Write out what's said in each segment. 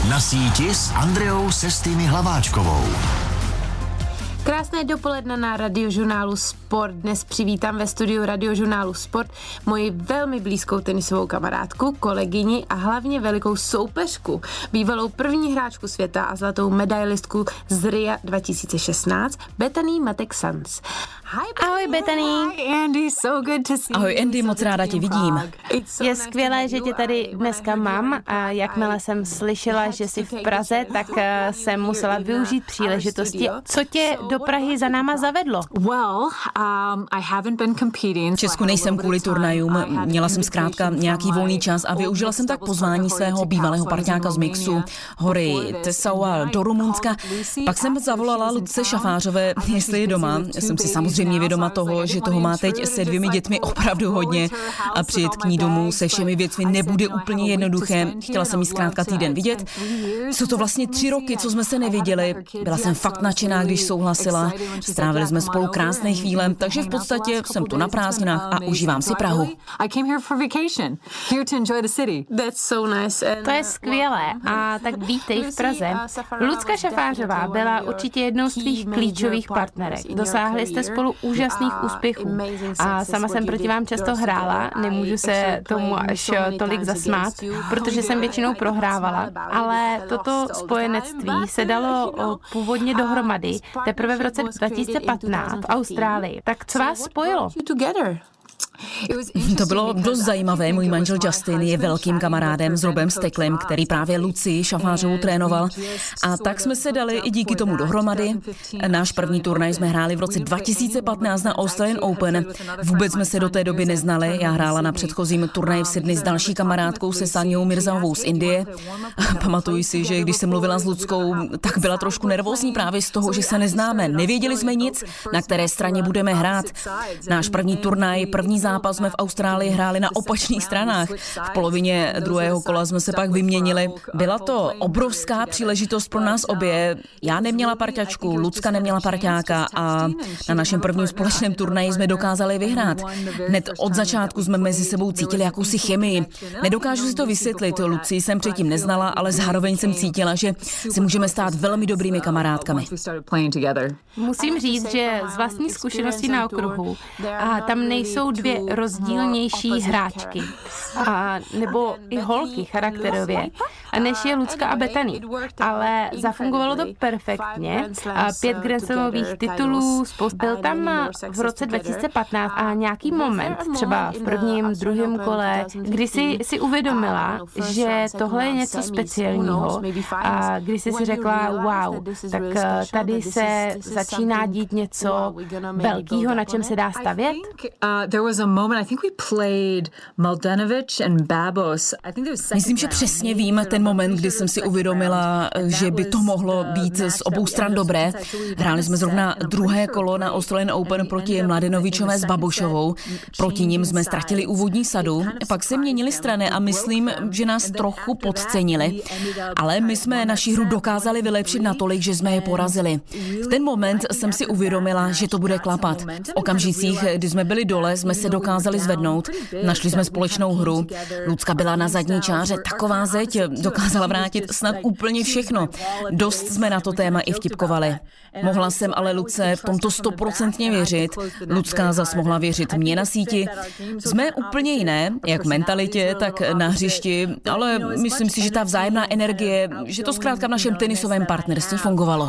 Na síti s Andreou Sestými Hlaváčkovou. Krásné dopoledne na Radiožurnálu Sport. Dnes přivítám ve studiu Radiožurnálu Sport moji velmi blízkou tenisovou kamarádku, kolegyni a hlavně velikou soupeřku, bývalou první hráčku světa a zlatou medailistku z Ria 2016, Bethanie Mattek-Sands. Ahoj Bethanie. Hi Andy, so good to see you. Ahoj Andy, moc ráda tě vidím. Je skvělé, že tě tady dneska mám a jakmile jsem slyšela, že jsi v Praze, tak jsem musela využít příležitosti. Co tě do Prahy za náma zavedlo? V Česku nejsem kvůli turnajům, měla jsem zkrátka nějaký volný čas a využila jsem tak pozvání svého bývalého parťáka z mixu, Hory Tesaua, do Rumunska. Pak jsem zavolala Lucce Šafářové, jestli je doma. Jsem si samozřejmě vědoma toho, že toho má teď se 2 dětmi opravdu hodně a přijet k ní domů se všemi věcmi nebude úplně jednoduché. Chtěla jsem jí zkrátka týden vidět. Jsou to vlastně 3 roky, co jsme se neviděli. Byla jsem fakt nadšená, když souhlasila. Strávili jsme spolu krásné chvíle, takže v podstatě jsem tu na prázdninách a užívám si Prahu. To je skvělé. A tak vítej v Praze. Lucka Šafářová byla určitě jednou z tvých klíčových partnerek. Dosáhli jste spolu úžasných úspěchů. A sama jsem proti vám často hrála, nemůžu se tomu až tolik zasmát, protože jsem většinou prohrávala. Ale toto spojenectví se dalo původně dohromady teprve v roce 2015 v Austrálii. Tak co vás spojilo? To bylo dost zajímavé. Můj manžel Justin je velkým kamarádem s Robem Steklem, který právě Lucii Šafářovou trénoval. A tak jsme se dali i díky tomu dohromady. Náš první turnaj jsme hráli v roce 2015 na Australian Open. Vůbec jsme se do té doby neznali. Já hrála na předchozím turnaji v Sydney s další kamarádkou se Saniou Mirzaovou z Indie. Pamatuji si, že když jsem mluvila s Luckou, tak byla trošku nervózní právě z toho, že se neznáme. Nevěděli jsme nic, na které straně budeme hrát. Náš první turnaj, první zápas jsme v Austrálii hráli na opačných stranách. V polovině druhého kola jsme se pak vyměnili. Byla to obrovská příležitost pro nás obě. Já neměla parťačku, Lucka neměla parťáka a na našem prvním společném turnaji jsme dokázali vyhrát. Hned od začátku jsme mezi sebou cítili jakousi chemii. Nedokážu si to vysvětlit, Lucii jsem předtím neznala, ale zároveň jsem cítila, že si můžeme stát velmi dobrými kamarádkami. Musím říct, že z vlastní zkušenosti na okruhu a tam nejsou 2 rozdílnější hráčky nebo i holky charakterově, než je Lucka a Bethanie. Ale zafungovalo to perfektně. 5 grandslamových titulů, byl tam v roce 2015 a nějaký moment, třeba v prvním, druhém kole, kdy jsi si uvědomila, že tohle je něco speciálního a kdy jsi si řekla, wow, tak tady se začíná dít něco velkého, na čem se dá stavět? Myslím, že přesně vím ten moment, kdy jsem si uvědomila, že by to mohlo být z obou stran dobré. Hráli jsme zrovna druhé kolo na Australian Open proti Mladenovičové s Babošovou. Proti nim jsme ztratili úvodní sadu, pak se měnili strany a myslím, že nás trochu podcenili. Ale my jsme naši hru dokázali vylepšit natolik, že jsme je porazili. V ten moment jsem si uvědomila, že to bude klapat. V okamžicích, kdy jsme byli dole, jsme se dokázali zvednout. Našli jsme společnou hru. Lucka byla na zadní čáře taková zeď, dokázala vrátit snad úplně všechno. Dost jsme na to téma i vtipkovali. Mohla jsem ale Lucce v tomto 100% věřit. Lucka zas mohla věřit mě na síti. Jsme úplně jiné, jak v mentalitě, tak na hřišti, ale myslím si, že ta vzájemná energie, že to zkrátka v našem tenisovém partnerství fungovalo.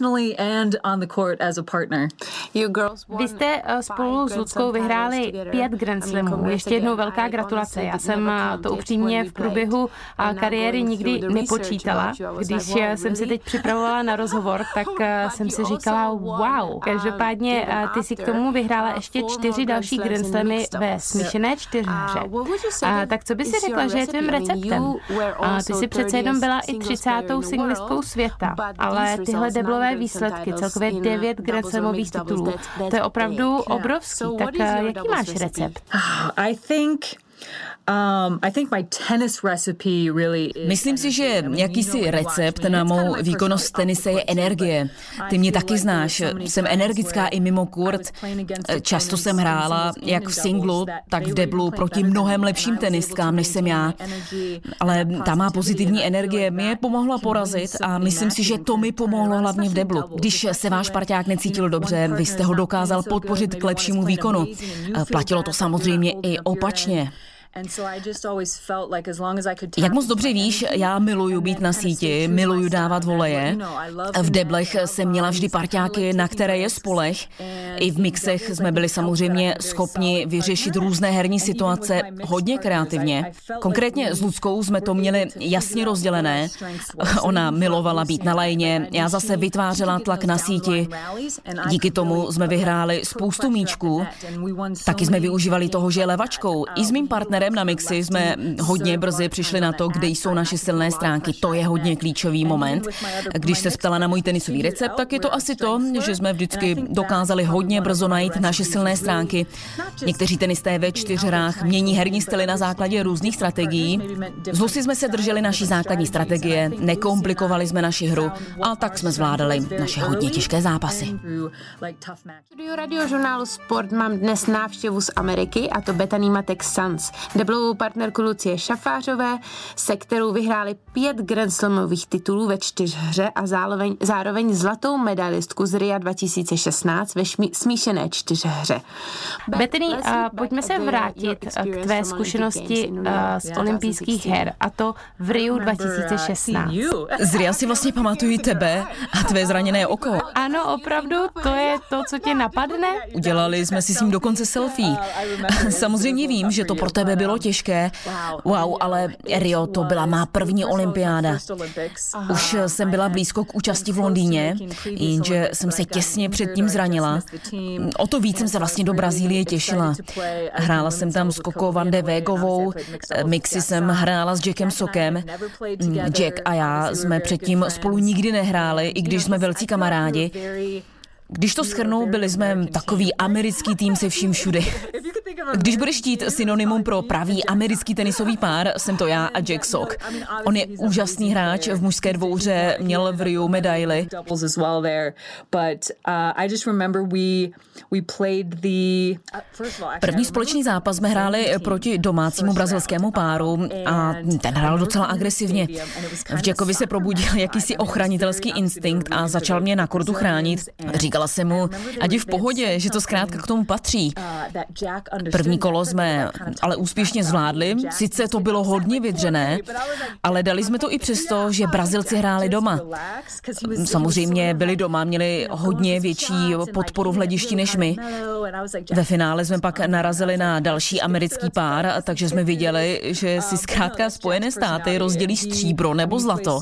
Vy jste spolu s Luckou vyhráli 5 Grand Slamů. Ještě jednou velká gratulace. Já jsem to upřímně v průběhu kariéry nikdy nepočítala. Když jsem si teď připravovala na rozhovor, tak jsem si říkala wow. Každopádně ty si k tomu vyhrála ještě 4 další Grand Slamy ve smíšené čtyřhře. Tak co by si řekla, že je tvým receptem? Ty si přece jenom byla i 30. singlistkou světa, ale tyhle deblové výsledky, celkově 9 Grand Slamových titulů, to je opravdu obrovský. Tak jaký máš recept? Myslím si, že jakýsi recept na mou výkonnost tenise je energie. Ty mě taky znáš. Jsem energická i mimo kurt. Často jsem hrála jak v singlu, tak v deblu proti mnohem lepším tenistkám, než jsem já. Ale ta má pozitivní energie mi je pomohla porazit a myslím si, že to mi pomohlo hlavně v deblu. Když se váš parťák necítil dobře, vy jste ho dokázal podpořit k lepšímu výkonu. Platilo to samozřejmě i opačně. Jak moc dobře víš, já miluju být na síti, miluju dávat voleje. V deblech jsem měla vždy parťáky, na které je spoleh. I v mixech jsme byli samozřejmě schopni vyřešit různé herní situace hodně kreativně. Konkrétně s Luckou jsme to měli jasně rozdělené. Ona milovala být na lajně, já zase vytvářela tlak na síti. Díky tomu jsme vyhráli spoustu míčků. Taky jsme využívali toho, že je levačkou. I s mým partnerem na mixi jsme hodně brzy přišli na to, kde jsou naše silné stránky. To je hodně klíčový moment. Když se ptala na můj tenisový recept, tak je to asi to, že jsme vždycky dokázali hodně brzo najít naše silné stránky. Někteří tenisté ve 4 hrách mění herní styly na základě různých strategií. Z Lucy jsme se drželi naší základní strategie, nekomplikovali jsme naši hru a tak jsme zvládali naše hodně těžké zápasy. V studiu Radiožurnálu Sport mám dnes návštěvu z Ameriky, a to Bethanie Mattek-Sands, deblovou partnerku Lucie Šafářové, se kterou vyhráli 5 Grand Slamových titulů ve 4hře a zároveň zlatou medailistku z Ria 2016 ve smíšené 4hře. Bethanie, pojďme se vrátit k tvé zkušenosti z olympijských her, a to v Riu 2016. Z Ria si vlastně pamatuju tebe a tvé zraněné oko. Ano, opravdu, to je to, co tě napadne? Udělali jsme si s ním dokonce selfie. Samozřejmě vím, že to pro tebe bylo těžké. Wow, ale Rio, to byla má první olympiáda. Už jsem byla blízko k účasti v Londýně, jenže jsem se těsně předtím zranila. O to víc jsem se vlastně do Brazílie těšila. Hrála jsem tam s Coco van de Wegovou, mixy jsem hrála s Jackem Sockem. Jack a já jsme předtím spolu nikdy nehráli, i když jsme velcí kamarádi. Když to shrnu, byli jsme takový americký tým se vším všude. Když budeš chtít synonymum pro pravý americký tenisový pár, jsem to já a Jack Sock. On je úžasný hráč, v mužské dvouhře měl v Riu medaili. První společný zápas jsme hráli proti domácímu brazilskému páru a ten hrál docela agresivně. V Jackovi se probudil jakýsi ochranitelský instinkt a začal mě na kortu chránit. Říkala jsem mu, ať je v pohodě, že to zkrátka k tomu patří. První kolo jsme ale úspěšně zvládli, sice to bylo hodně vydřené, ale dali jsme to i přesto, že Brazilci hráli doma. Samozřejmě byli doma, měli hodně větší podporu v hledišti než my. Ve finále jsme pak narazili na další americký pár, takže jsme viděli, že si zkrátka Spojené státy rozdělí stříbro nebo zlato.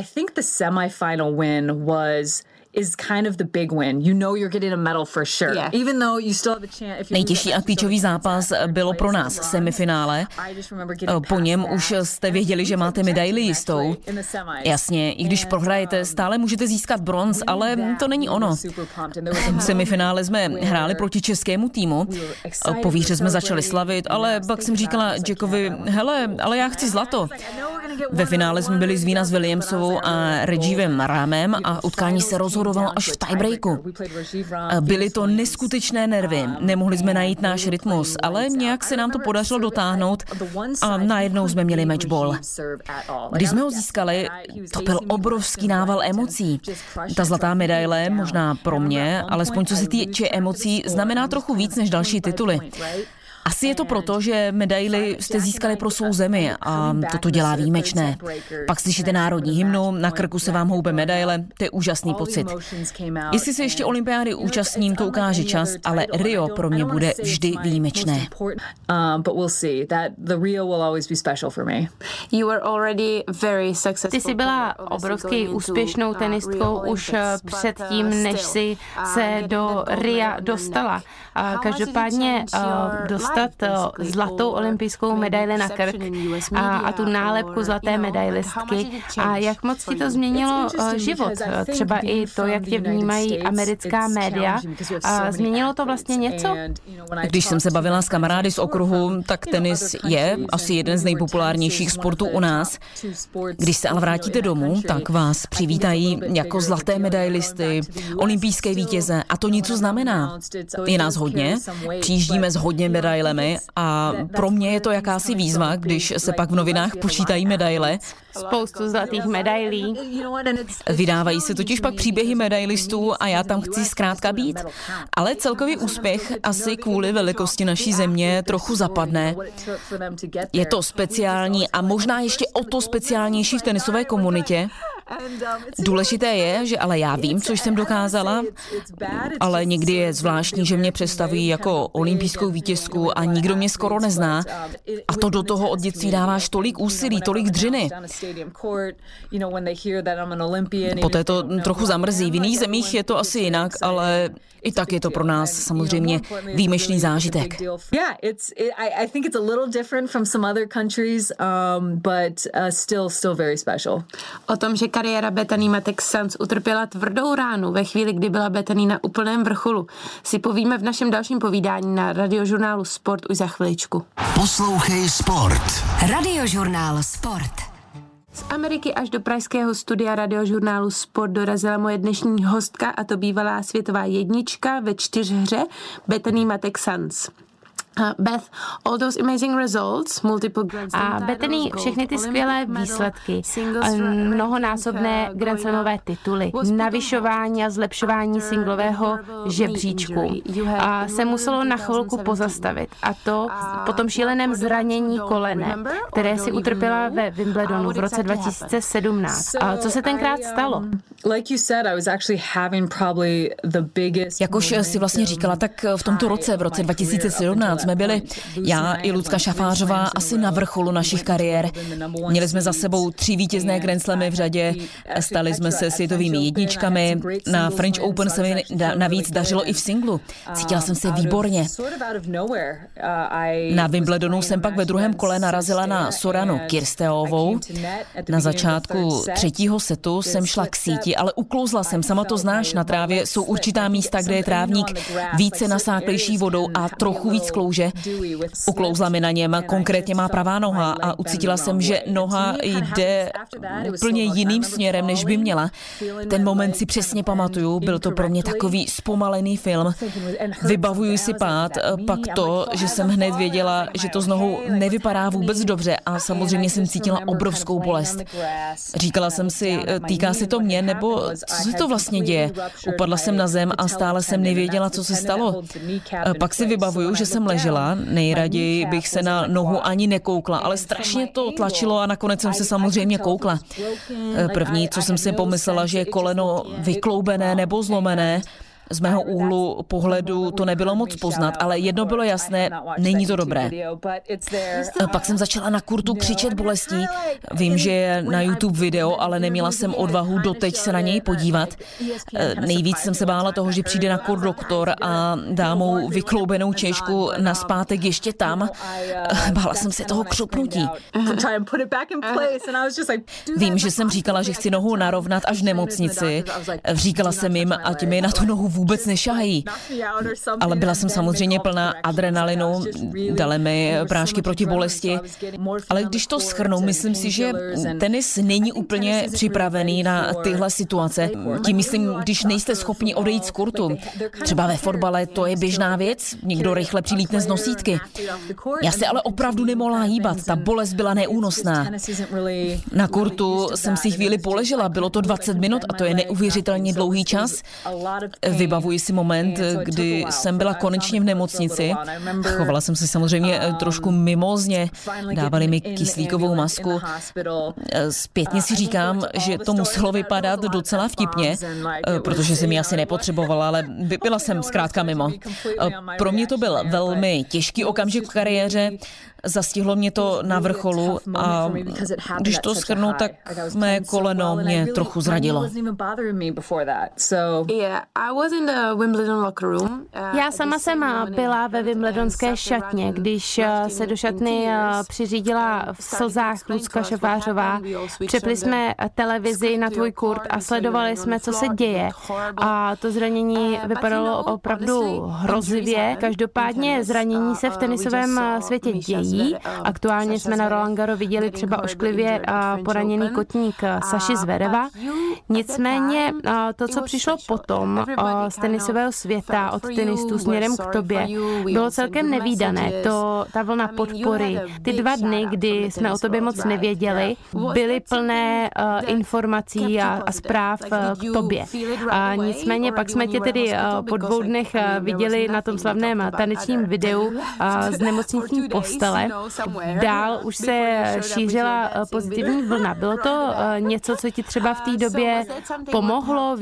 Nejtěžší a klíčový zápas bylo pro nás semifinále. Po něm už jste věděli, že máte medaili jistou. Jasně, i když prohrajete, stále můžete získat bronz, ale to není ono. V semifinále jsme hráli proti českému týmu. Po výhře jsme začali slavit, ale pak jsem říkala Jackovi, hele, ale já chci zlato. Ve finále jsme byli s Venus Williamsovou a Regivem Rámem a utkání se rozhodovalo až v tiebreaku. Byly to neskutečné nervy, nemohli jsme najít náš rytmus, ale nějak se nám to podařilo dotáhnout a najednou jsme měli matchball. Když jsme ho získali, to byl obrovský nával emocí. Ta zlatá medaile, možná pro mě, alespoň co se týče emocí, znamená trochu víc než další tituly. Asi je to proto, že medaily jste získali pro svou zemi a toto dělá výjimečné. Pak slyšíte národní hymnu, na krku se vám hoube medaile, to je úžasný pocit. Jestli se ještě olympiády účastním, to ukáže čas, ale Rio pro mě bude vždy výjimečné. Ty jsi byla obrovsky úspěšnou tenistkou už předtím, než si se do Ria dostala. Každopádně dostala dostat zlatou olympijskou medaili na krk a tu nálepku zlaté medailistky a jak moc ti to změnilo život, třeba i to, jak tě vnímají americká média. A změnilo to vlastně něco? Když jsem se bavila s kamarády z okruhu, tak tenis je asi jeden z nejpopulárnějších sportů u nás. Když se ale vrátíte domů, tak vás přivítají jako zlaté medailisty, olympijské vítěze a to něco znamená. Je nás hodně, přijíždíme s hodně medailemi a pro mě je to jakási výzva, když se pak v novinách počítají medaile. Spoustu zlatých medailí. Vydávají se totiž pak příběhy medailistů a já tam chci zkrátka být. Ale celkový úspěch asi kvůli velikosti naší země trochu zapadne. Je to speciální a možná ještě o to speciálnější v tenisové komunitě. Důležité je, že ale já vím, což jsem dokázala, ale někdy je zvláštní, že mě představí jako olympijskou vítězku a nikdo mě skoro nezná. A to do toho od dětství dáváš tolik úsilí, tolik dřiny. Poté to trochu zamrzí. V jiných zemích je to asi jinak, ale i tak je to pro nás samozřejmě výjimečný zážitek. O tom, že kariéra Bethany Mattek-Sands utrpěla tvrdou ránu ve chvíli, kdy byla Bethany na úplném vrcholu, si povíme v našem dalším povídání na Radiožurnálu Sport už za chviličku. Poslouchej Sport. Radiožurnál Sport. Z Ameriky až do pražského studia Radiožurnálu Sport dorazila moje dnešní hostka, a to bývalá světová jednička ve čtyřhře Bethany Mattek-Sands. Beth, all those amazing results, multiple Grand Slam a Bethany, všechny ty skvělé výsledky, mnohonásobné Grand Slamové tituly, navyšování a zlepšování singlového žebříčku a se muselo na chvilku pozastavit. A to po tom šíleném zranění kolene, které si utrpěla ve Wimbledonu v roce 2017. A co se tenkrát stalo? Jak už si vlastně říkala, tak v tomto roce, v roce 2017, jsme byli, já i Lucka Šafářová, asi na vrcholu našich kariér. Měli jsme za sebou 3 vítězné Grand Slamy v řadě, stali jsme se světovými jedničkami, na French Open se mi navíc dařilo i v singlu. Cítila jsem se výborně. Na Wimbledonu jsem pak ve druhém kole narazila na Soranu Kirsteovou. Na začátku 3. setu jsem šla k síti, ale uklouzla jsem, sama to znáš, na trávě jsou určitá místa, kde je trávník více nasáklejší vodou a trochu víc klouže. Uklouzla mi na něm, konkrétně má pravá noha a ucítila jsem, že noha jde úplně jiným směrem, než by měla. Ten moment si přesně pamatuju, byl to pro mě takový zpomalený film. Vybavuju si pád, pak to, že jsem hned věděla, že to s nohou nevypadá vůbec dobře a samozřejmě jsem cítila obrovskou bolest. Říkala jsem si, týká se to mě, nebo co se to vlastně děje? Upadla jsem na zem a stále jsem nevěděla, co se stalo. Pak si vybavuju, že jsem ležela, nejraději bych se na nohu ani nekoukla, ale strašně to tlačilo a nakonec jsem se samozřejmě koukla. První, co jsem si pomyslela, že je koleno vykloubené nebo zlomené. Z mého úhlu pohledu to nebylo moc poznat, ale jedno bylo jasné, není to dobré. Pak jsem začala na kurtu křičet bolestí. Vím, že je na YouTube video, ale neměla jsem odvahu doteď se na něj podívat. Nejvíc jsem se bála toho, že přijde na kurt doktor a dá mou vykloubenou češku nazpátek ještě tam. Bála jsem se toho křupnutí. Vím, že jsem říkala, že chci nohu narovnat až v nemocnici. Říkala jsem jim, ať mi na tu nohu vůbec nešahají. Ale byla jsem samozřejmě plná adrenalinu, dali mi prášky proti bolesti. Ale když to shrnu, myslím si, že tenis není úplně připravený na tyhle situace. Tím myslím, když nejste schopni odejít z kurtu. Třeba ve fotbale to je běžná věc, někdo rychle přilítne z nosítky. Já se ale opravdu nemohla hýbat, ta bolest byla neúnosná. Na kurtu jsem si chvíli poležela, bylo to 20 minut a to je neuvěřitelně dlouhý čas. Vybavuji si moment, kdy jsem byla konečně v nemocnici. Chovala jsem se samozřejmě trošku mimózně, dávali mi kyslíkovou masku. Zpětně si říkám, že to muselo vypadat docela vtipně, protože jsem ji asi nepotřebovala, ale byla jsem zkrátka mimo. Pro mě to byl velmi těžký okamžik v kariéře. Zastihlo mě to na vrcholu a když to shrnu, tak mé koleno mě trochu zradilo. Já sama jsem byla ve wimbledonské šatně, když se do šatny přiřídila v slzách Lucka Šafářová. Přepli jsme televizi na tvůj kurt a sledovali jsme, co se děje. A to zranění vypadalo opravdu hrozivě. Každopádně zranění se v tenisovém světě dějí. Aktuálně jsme na Roland Garros viděli třeba ošklivě poraněný kotník Saši Zvereva. Nicméně to, co přišlo potom z tenisového světa od tenistů směrem k tobě, bylo celkem nevídané. Ta vlna podpory, ty 2 dny, kdy jsme o tobě moc nevěděli, byly plné informací a zpráv k tobě. Nicméně pak jsme tě tedy po 2 dnech viděli na tom slavném tanečním videu z nemocniční postele. Dál už se šířila pozitivní vlna. Bylo to něco, co ti třeba v té době pomohlo?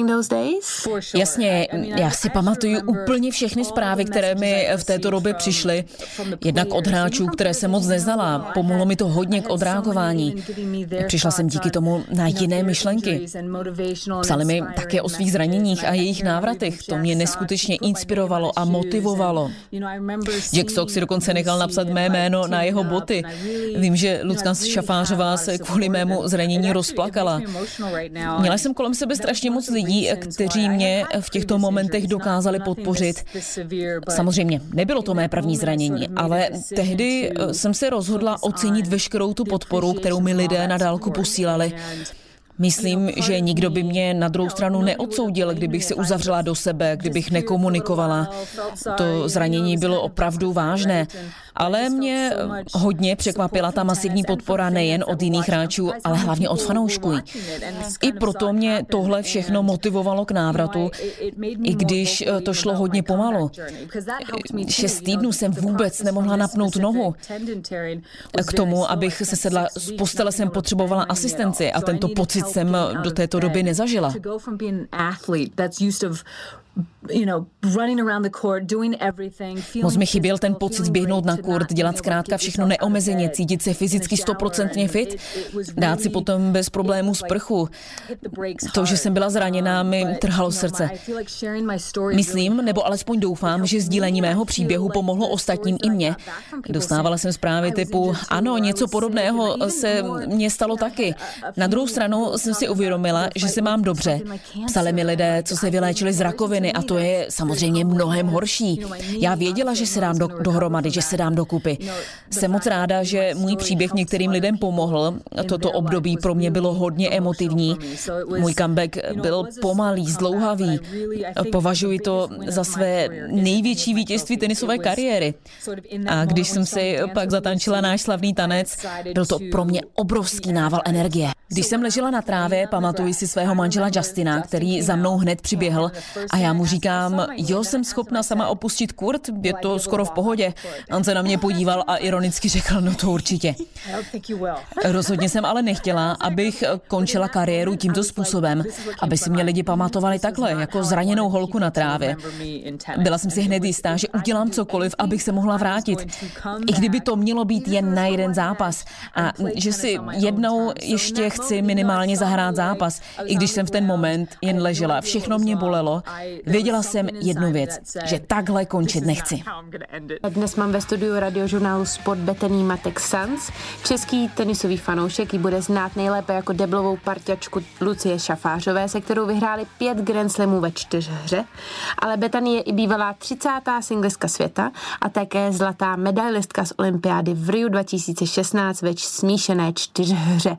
Jasně, já si pamatuju úplně všechny zprávy, které mi v této době přišly. Jednak od hráčů, které jsem moc neznala. Pomohlo mi to hodně k odreagování. Přišla jsem díky tomu na jiné myšlenky. Psali mi také o svých zraněních a jejich návratech. To mě neskutečně inspirovalo a motivovalo. Jack Sock si dokonce nechal napsat mé jméno na jeho boty. Vím, že Lucka Šafářová se kvůli mému zranění rozplakala. Měla jsem kolem sebe strašně moc lidí, kteří mě v těchto momentech dokázali podpořit. Samozřejmě, nebylo to mé první zranění, ale tehdy jsem se rozhodla ocenit veškerou tu podporu, kterou mi lidé na dálku posílali. Myslím, že nikdo by mě na druhou stranu neodsoudil, kdybych se uzavřela do sebe, kdybych nekomunikovala. To zranění bylo opravdu vážné, ale mě hodně překvapila ta masivní podpora nejen od jiných hráčů, ale hlavně od fanoušků. I proto mě tohle všechno motivovalo k návratu, i když to šlo hodně pomalu. 6 týdnů jsem vůbec nemohla napnout nohu. K tomu, abych se sedla z postele, jsem potřebovala asistenci a tento pocit jsem do této doby nezažila. Moc mi chyběl ten pocit běhnout na kurt, dělat zkrátka všechno neomezeně, cítit se fyzicky 100% fit, dát si potom bez problémů sprchu. To, že jsem byla zraněná, mi trhalo srdce. Myslím, nebo alespoň doufám, že sdílení mého příběhu pomohlo ostatním i mně. Dostávala jsem zprávy typu, ano, něco podobného se mně stalo taky. Na druhou stranu jsem si uvědomila, že se mám dobře. Psali mi lidé, co se vyléčili z rakoviny, a to je samozřejmě mnohem horší. Já věděla, že se dám dohromady, že se dám dokupy. Jsem moc ráda, že můj příběh některým lidem pomohl. Toto období pro mě bylo hodně emotivní. Můj comeback byl pomalý, zdlouhavý. Považuji to za své největší vítězství tenisové kariéry. A když jsem si pak zatančila náš slavný tanec, byl to pro mě obrovský nával energie. Když jsem ležela na trávě, pamatuji si svého manžela Justina, který za mnou hned přiběhl a já mu říkám, jo, jsem schopna sama opustit kurt, je to skoro v pohodě. On se na mě podíval a ironicky řekl, no to určitě. Rozhodně jsem ale nechtěla, abych končila kariéru tímto způsobem, aby si mě lidi pamatovali takhle, jako zraněnou holku na trávě. Byla jsem si hned jistá, že udělám cokoliv, abych se mohla vrátit. I kdyby to mělo být jen na jeden zápas a že si jednou ještě chci minimálně zahrát zápas, i když jsem v ten moment jen ležela, všechno mě bolelo. Věděla jsem jednu věc, že takhle končit nechci. Dnes mám ve studiu radiožurnálu Sport Bethany Mattek-Sands. Český tenisový fanoušek ji bude znát nejlépe jako deblovou parťačku Lucie Šafářové, se kterou vyhráli 5 Grand Slamů ve 4hře, ale Bethany je i bývalá 30. singlistka světa a také zlatá medailistka z olympiády v Riu 2016 ve smíšené 4hře.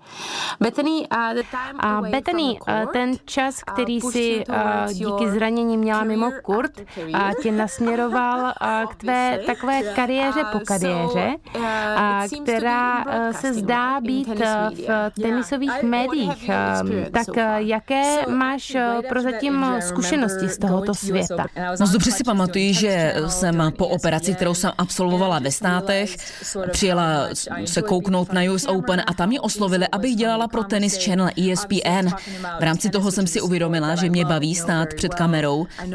Bethany, ten čas, který si díky zranění měla mimo kurt, tě nasměroval k tvé takové kariéře po kariéře, která se zdá být v tenisových médiích. Tak jaké máš prozatím zkušenosti z tohoto světa? Moc dobře si pamatuji, že jsem po operaci, kterou jsem absolvovala ve Státech, přijela se kouknout na US Open a tam mě oslovili, abych dělala pro Tennis Channel ESPN. V rámci toho jsem si uvědomila, že mě baví stát před kamerou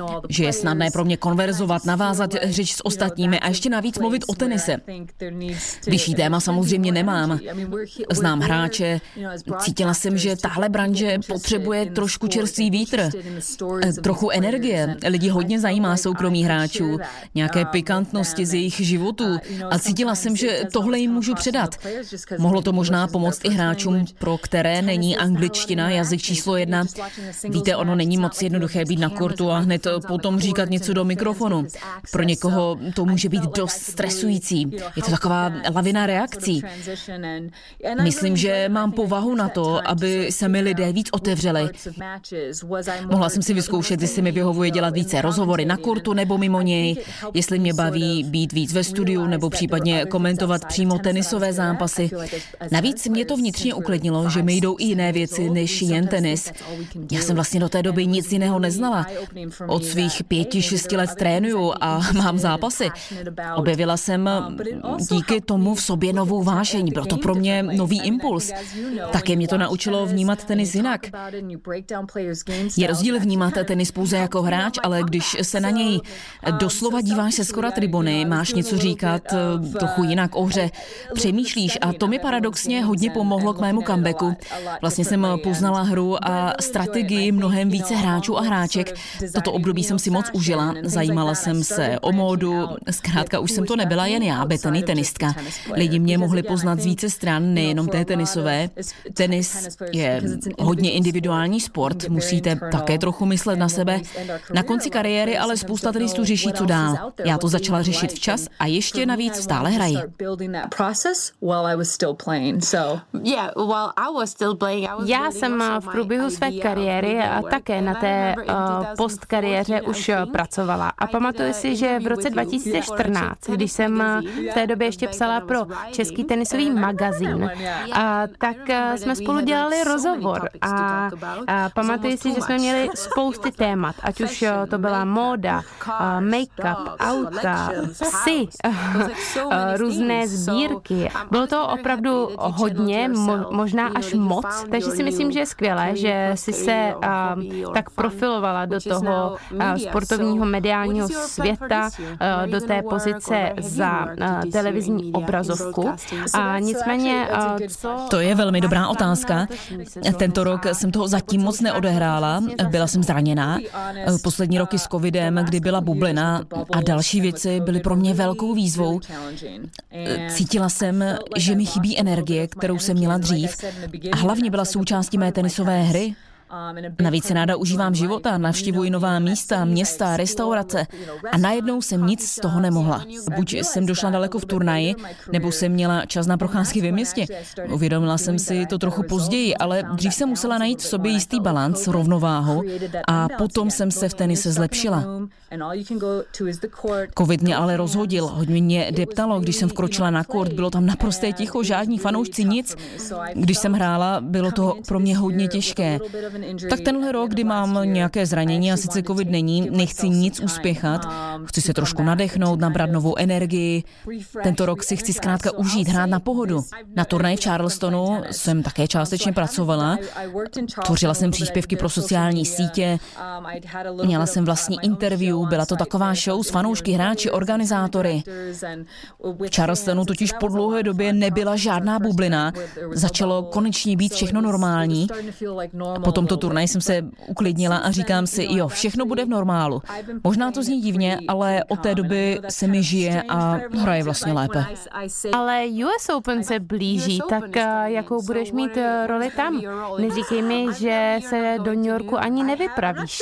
že je snadné pro mě konverzovat, navázat řeč s ostatními a ještě navíc mluvit o tenise. Vyšší téma samozřejmě nemám. Znám hráče, cítila jsem, že tahle branže potřebuje trošku čerstvý vítr, trochu energie. Lidi hodně zajímá soukromí hráčů, nějaké pikantnosti z jejich životů a cítila jsem, že tohle jim můžu předat. Mohlo to možná pomoct i hráčům, pro které není angličtina jazyk číslo 1. Víte, ono není moc jednoduché být na kurtu a hned potom říkat něco do mikrofonu. Pro někoho to může být dost stresující. Je to taková lavina reakcí. Myslím, že mám povahu na to, aby se mi lidé víc otevřeli. Mohla jsem si vyzkoušet, jestli mi vyhovuje dělat více rozhovory na kurtu nebo mimo něj, jestli mě baví být víc ve studiu nebo případně komentovat přímo tenisové zápasy. Navíc mě to vnitřně uklidnilo, že mi jdou i jiné věci než jen tenis. Já jsem vlastně do té doby nic jiného neznala. Od svých 5-6 let trénuju a mám zápasy. Objevila jsem díky tomu v sobě novou vášeň. Byl to pro mě nový impuls. Také mě to naučilo vnímat tenis jinak. Je rozdíl vnímat tenis pouze jako hráč, ale když se na něj doslova díváš se skora tribuny, máš něco říkat trochu jinak o hře, přemýšlíš a to mi paradoxně hodně pomohlo k mému comebacku. Vlastně jsem poznala hru a strategii mnohem více hráčů a hráček. Toto období jsem si moc užila, zajímala jsem se o módu, zkrátka už jsem to nebyla jen já, Bethany tenistka. Lidi mě mohli poznat z více stran, nejenom té tenisové. Tenis je hodně individuální sport, musíte také trochu myslet na sebe. Na konci kariéry ale spousta tenistů řeší, co dál. Já to začala řešit včas a ještě navíc stále hraji. Já jsem v průběhu své kariéry a také na té postkariéře už pracovala. A pamatuju si, že v roce 2014, když jsem v té době ještě psala pro Český tenisový magazín, tak jsme spolu dělali rozhovor a pamatuju si, že jsme měli spousty témat, ať už to byla móda, make-up, auta, psy, různé sbírky. Bylo to opravdu hodně, možná až moc, takže si myslím, že je skvělé, že si se tak profilovala do toho sportovního mediálního světa, do té pozice za televizní obrazovku. A nicméně, To je velmi dobrá otázka. Tento rok jsem toho zatím moc neodehrála, byla jsem zraněná. Poslední roky s covidem, kdy byla bublina a další věci byly pro mě velkou výzvou. Cítila jsem, že mi chybí energie, kterou jsem měla dřív a hlavně byla součástí mé tenisové hry. Navíc se ráda užívám života, navštěvuji nová místa, města, restaurace a najednou jsem nic z toho nemohla. Buď jsem došla daleko v turnaji, nebo jsem měla čas na procházky ve městě. Uvědomila jsem si to trochu později, ale dřív jsem musela najít v sobě jistý balanc, rovnováhu a potom jsem se v tenise zlepšila. Covid mě ale rozhodil, hodně mě deptalo, když jsem vkročila na kort, bylo tam naprosté ticho, žádní fanoušci, nic. Když jsem hrála, bylo to pro mě hodně těžké. Tak tenhle rok, kdy mám nějaké zranění a sice covid není, nechci nic uspěchat, chci se trošku nadechnout, nabrat novou energii. Tento rok si chci zkrátka užít, hrát na pohodu. Na turnaji v Charlestonu jsem také částečně pracovala, tvořila jsem příspěvky pro sociální sítě, měla jsem vlastní interview, byla to taková show s fanoušky, hráči, organizátory. V Charlestonu totiž po dlouhé době nebyla žádná bublina, začalo konečně být všechno normální. Po tomto turnaji jsem se uklidnila a říkám si, jo, všechno bude v normálu. Možná to zní divně, ale od té doby se mi žije a hraje vlastně lépe. Ale US Open se blíží, tak jakou budeš mít roli tam? Neříkej mi, že se do New Yorku ani nevypravíš.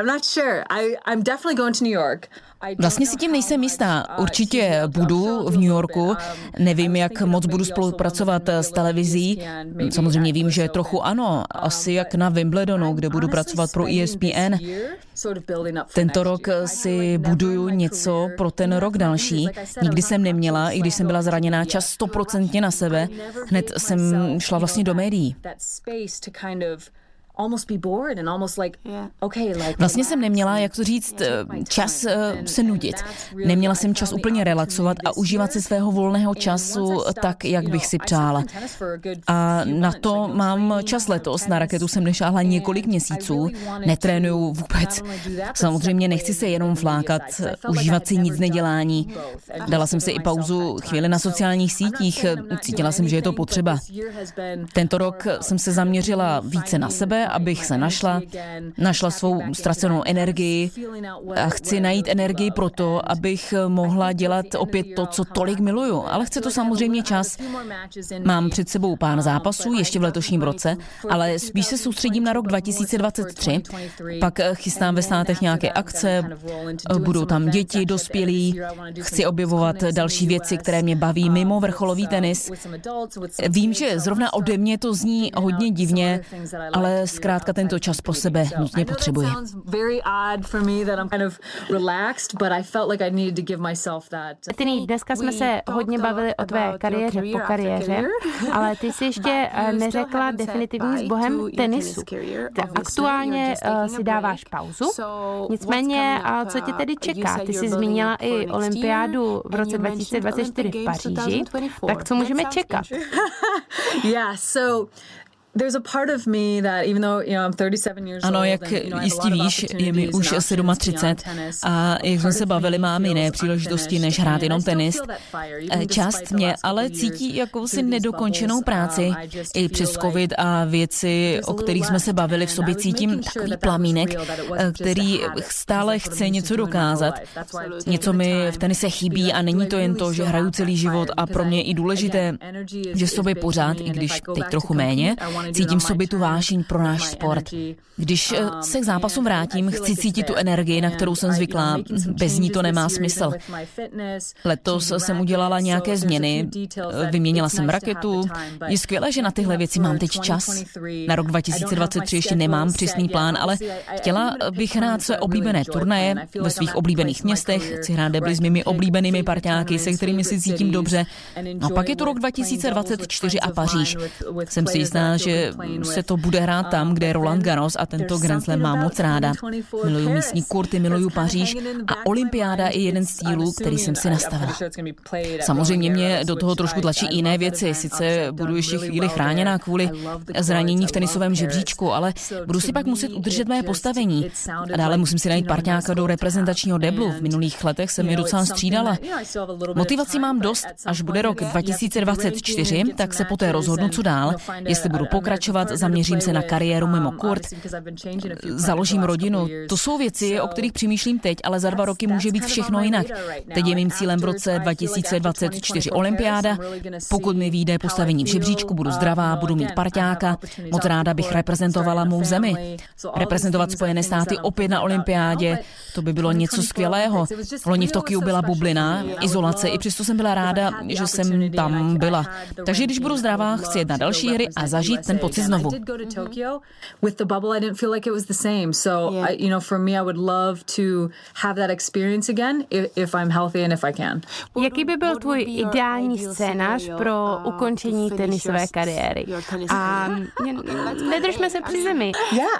Vlastně si tím nejsem jistá. Určitě budu v New Yorku. Nevím, jak moc budu spolupracovat s televizí. Samozřejmě vím, že trochu ano. Asi jak na Wimbledonu, kde budu pracovat pro ESPN. Tento rok si buduju něco pro ten rok další. Nikdy jsem neměla, i když jsem byla zraněná, čas 100% na sebe. Hned jsem šla vlastně do médií. Vlastně jsem neměla, jak to říct, čas se nudit. Neměla jsem čas úplně relaxovat a užívat si svého volného času tak, jak bych si přála. A na to mám čas letos. Na raketu jsem nešáhla několik měsíců. Netrénuju vůbec. Samozřejmě nechci se jenom flákat, užívat si nic nedělání. Dala jsem si i pauzu chvíli na sociálních sítích. Cítila jsem, že je to potřeba. Tento rok jsem se zaměřila více na sebe, abych se našla svou ztracenou energii a chci najít energii pro to, abych mohla dělat opět to, co tolik miluju. Ale chce to samozřejmě čas. Mám před sebou pár zápasů ještě v letošním roce, ale spíš se soustředím na rok 2023. Pak chystám ve státech nějaké akce, budou tam děti, dospělí, chci objevovat další věci, které mě baví mimo vrcholový tenis. Vím, že zrovna ode mě to zní hodně divně, ale zkrátka tento čas pro sebe nutně potřebuji. Tiny, dneska jsme se hodně bavili o tvé kariéře po kariéře, ale ty jsi ještě neřekla definitivní s bohem tenisu. Aktuálně si dáváš pauzu, nicméně, co tě tedy čeká? Ty jsi zmínila i olympiádu v roce 2024 v Paříži, tak co můžeme čekat? Ano, jak jistě víš, je mi už 37 a jak jsme se bavili, mám jiné příležitosti, než hrát jenom tenis. Část mě ale cítí jakousi nedokončenou práci. I přes covid a věci, o kterých jsme se bavili, v sobě cítím takový plamínek, který stále chce něco dokázat. Něco mi v tenise chybí a není to jen to, že hraju celý život a pro mě i důležité, že v sobě pořád, i když teď trochu méně, cítím v sobě tu vášeň pro náš sport. Když se k zápasům vrátím, chci cítit tu energii, na kterou jsem zvyklá. Bez ní to nemá smysl. Letos jsem udělala nějaké změny, vyměnila jsem raketu. Je skvělé, že na tyhle věci mám teď čas. Na rok 2023 ještě nemám přesný plán, ale chtěla bych hrát své oblíbené turnaje ve svých oblíbených městech. Chci hrát debly s mými oblíbenými parťáky, se kterými si cítím dobře. A pak je to rok 2024 a Paříž. Jsem si jistá, že se to bude hrát tam, kde je Roland Garros a tento Grand Slam mám moc ráda. Miluju místní kurty, miluju Paříž a olympiáda je jeden z cílů, který jsem si nastavila. Samozřejmě mě do toho trošku tlačí jiné věci. Sice budu ještě chvíli chráněná kvůli zranění v tenisovém žebříčku, ale budu si pak muset udržet mé postavení. A dále musím si najít partňáka do reprezentačního deblu. V minulých letech jsem je docela střídala. Motivaci mám dost, až bude rok 2024, tak se poté rozhodnu, co dál. Jestli budu pokračovat, zaměřím se na kariéru mimo kurt, založím rodinu. To jsou věci, o kterých přemýšlím teď, ale za 2 roky může být všechno jinak. Teď je mým cílem v roce 2024 olympiáda. Pokud mi vyjde postavení v žebříčku, budu zdravá, budu mít parťáka. Moc ráda bych reprezentovala mou zemi. Reprezentovat Spojené státy opět na olympiádě, to by bylo něco skvělého. Loni v Tokiu byla bublina, izolace, i přesto jsem byla ráda, že jsem tam byla. Takže když budu zdravá, chci jet na další hry a zažít ten pocit znovu. Jaký by byl tvůj ideální scénář pro ukončení tenisové kariéry? A nedržme se při zemi.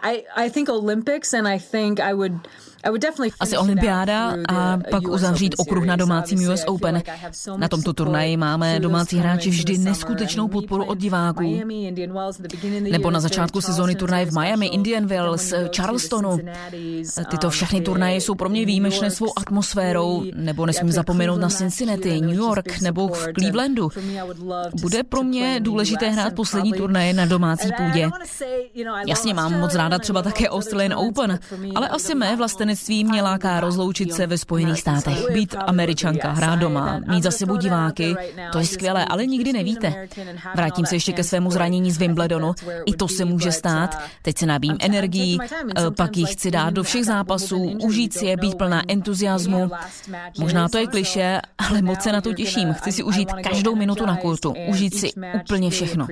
Asi olympiáda a pak uzavřít okruh na domácím US Open. Na tomto turnaji máme domácí hráči vždy neskutečnou podporu od diváků. Nebo na začátku sezóny turnaje v Miami, Indian Wells, Charlestonu. Tyto všechny turnaje jsou pro mě výjimečné svou atmosférou, nebo nesmím zapomenout na Cincinnati, New York nebo v Clevelandu. Bude pro mě důležité hrát poslední turnaje na domácí půdě. Jasně, mám moc ráda třeba také Australian Open, ale asi mé vlastenectví mě láká rozloučit se ve Spojených státech. Být Američanka, hrát doma, mít za sebou diváky, to je skvělé, ale nikdy nevíte. Vrátím se ještě ke svému zranění z Wimbledonu, i to se může stát. Teď se nabíjím energií, pak ji chci dát do všech zápasů, užít si je, být plná entuziasmu. Možná to je klišé, ale moc se na to těším. Chci si užít každou minutu na kurtu, užít si úplně všechno.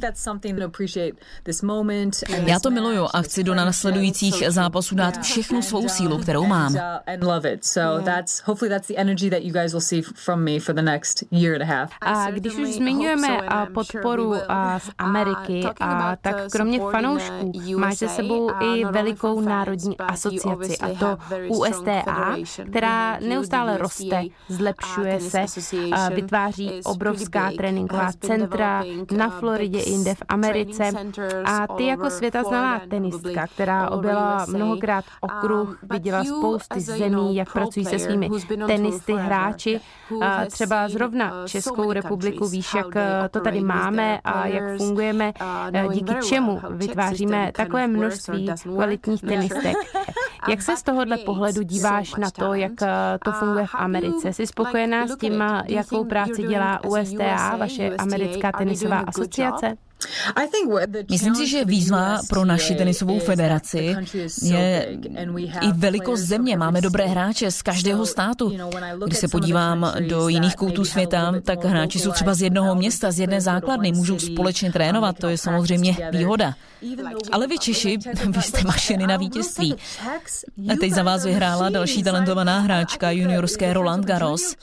Já to miluju a chci do následujících zápasů dát všechnu svou svou sílu, kterou mám. A když už zmiňujeme podporu z Ameriky, tak kromě fanoušků máš se sebou i velikou národní asociaci, a to USTA, která neustále roste, zlepšuje se, vytváří obrovská tréninková centra na Floridě i jinde v Americe. A ty jako světaznámá tenistka, která objela mnohokrát okruh, viděla spousty zemí, jak pracují se svými tenisty, hráči. Třeba zrovna Českou republiku, víš, jak to tady máme a jak fungujeme, díky čemu vytváříme takové množství kvalitních tenistek. Jak se z tohohle pohledu díváš na to, jak to funguje v Americe? Jsi spokojená s tím, jakou práci dělá USTA, vaše americká tenisová asociace? Myslím si, že výzva pro naši tenisovou federaci je i velikost země. Máme dobré hráče z každého státu. Když se podívám do jiných koutů světa, tak hráči jsou třeba z jednoho města, z jedné základny, můžou společně trénovat, to je samozřejmě výhoda. Ale vy Češi, vy jste mašiny na vítězství. A teď za vás vyhrála další talentovaná hráčka juniorské Roland Garros.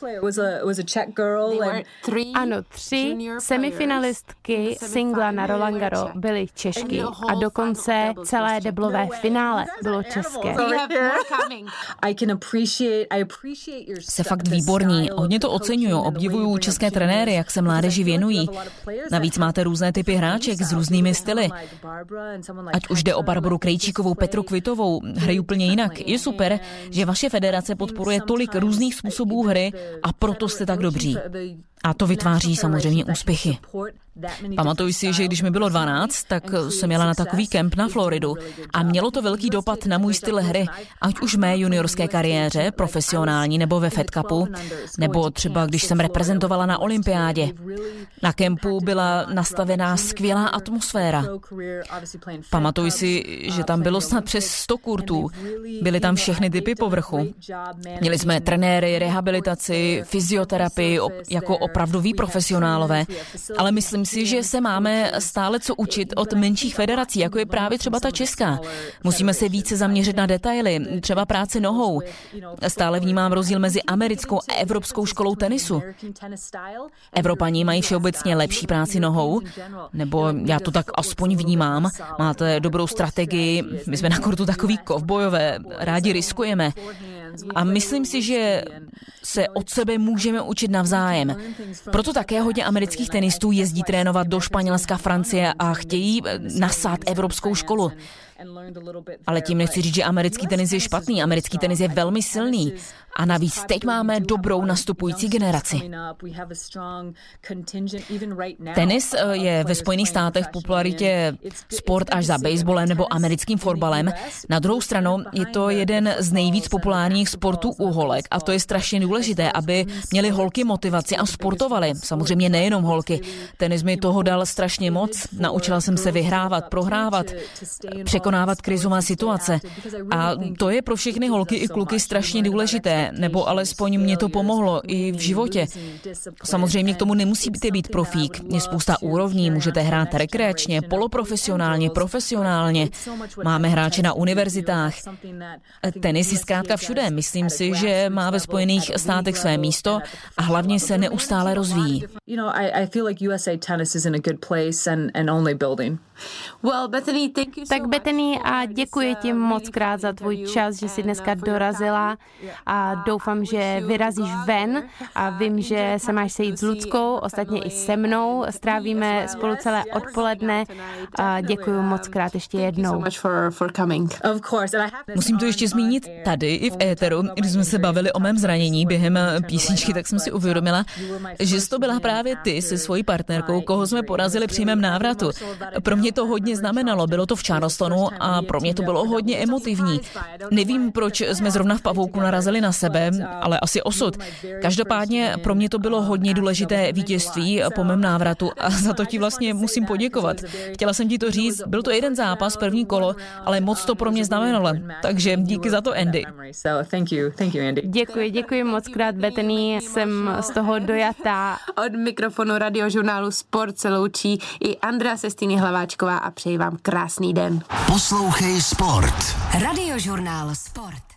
Ano, 3 semifinalistky singla na Roland Garros byly Češky a dokonce celé deblové finále bylo české. Se fakt výborní, hodně to oceňuju, obdivuju české trenéry, jak se mládeži věnují. Navíc máte různé typy hráček s různými styly. Ať už jde o Barboru Krejčíkovou, Petru Kvitovou, hrají úplně jinak. Je super, že vaše federace podporuje tolik různých způsobů hry a proto jste tak dobří. A to vytváří samozřejmě úspěchy. Pamatuju si, že když mi bylo 12, tak jsem jela na takový kemp na Floridu a mělo to velký dopad na můj styl hry, ať už v mé juniorské kariéře, profesionální nebo ve Fed Cupu, nebo třeba když jsem reprezentovala na olympiádě. Na kempu byla nastavená skvělá atmosféra. Pamatuju si, že tam bylo snad přes 100 kurtů. Byly tam všechny typy povrchu. Měli jsme trenéry, rehabilitaci, fyzioterapii, jako opravdoví profesionálové, ale myslím si, že se máme stále co učit od menších federací, jako je právě třeba ta česká. Musíme se více zaměřit na detaily, třeba práce nohou. Stále vnímám rozdíl mezi americkou a evropskou školou tenisu. Evropani mají všeobecně lepší práci nohou, nebo já to tak aspoň vnímám. Máte dobrou strategii, my jsme na kurtu takový kovbojové, rádi riskujeme. A myslím si, že se od sebe můžeme učit navzájem. Proto také hodně amerických tenistů jezdí trénovat do Španělska, Francie a chtějí nasát evropskou školu. Ale tím nechci říct, že americký tenis je špatný. Americký tenis je velmi silný. A navíc teď máme dobrou nastupující generaci. Tenis je ve Spojených státech v popularitě sport až za baseballem nebo americkým fotbalem. Na druhou stranu je to jeden z nejvíc populárních sportů u holek a to je strašně důležité, aby měly holky motivaci a sportovaly. Samozřejmě nejenom holky. Tenis mi toho dal strašně moc. Naučila jsem se vyhrávat, prohrávat, překonávat krizové situace. A to je pro všechny holky i kluky strašně důležité. Nebo alespoň mě to pomohlo i v životě. Samozřejmě k tomu nemusíte být profík. Je spousta úrovní, můžete hrát rekreačně, poloprofesionálně, profesionálně. Máme hráče na univerzitách. Tenis je zkrátka všude. Myslím si, že má ve Spojených státech své místo a hlavně se neustále rozvíjí. Tak Bethany, a děkuji ti moc krát za tvůj čas, že jsi dneska dorazila a doufám, že vyrazíš ven a vím, že se máš sejít s Luckou, ostatně i se mnou. Strávíme spolu celé odpoledne a děkuji moc krát ještě jednou. Musím to ještě zmínit tady i v éteru, když jsme se bavili o mém zranění během písničky, tak jsem si uvědomila, že jsi to byla právě ty se svojí partnerkou, koho jsme porazili při mém návratu. Pro mě to hodně znamenalo, bylo to v Charlestonu a pro mě to bylo hodně emotivní. Nevím, proč jsme zrovna v Pavouku narazili na sebe, ale asi osud. Každopádně pro mě to bylo hodně důležité vítězství po mém návratu a za to ti vlastně musím poděkovat. Chtěla jsem ti to říct, byl to jeden zápas, první kolo, ale moc to pro mě znamenalo. Takže díky za to, Andy. thank you, Andy. Děkuji moc krát, Bethany, jsem z toho dojatá. Od mikrofonu Radiožurnálu Sport se loučí i Andrea Sestýny Hlaváčková a přeji vám krásný den. Poslouchej Sport. Radiožurnál Sport.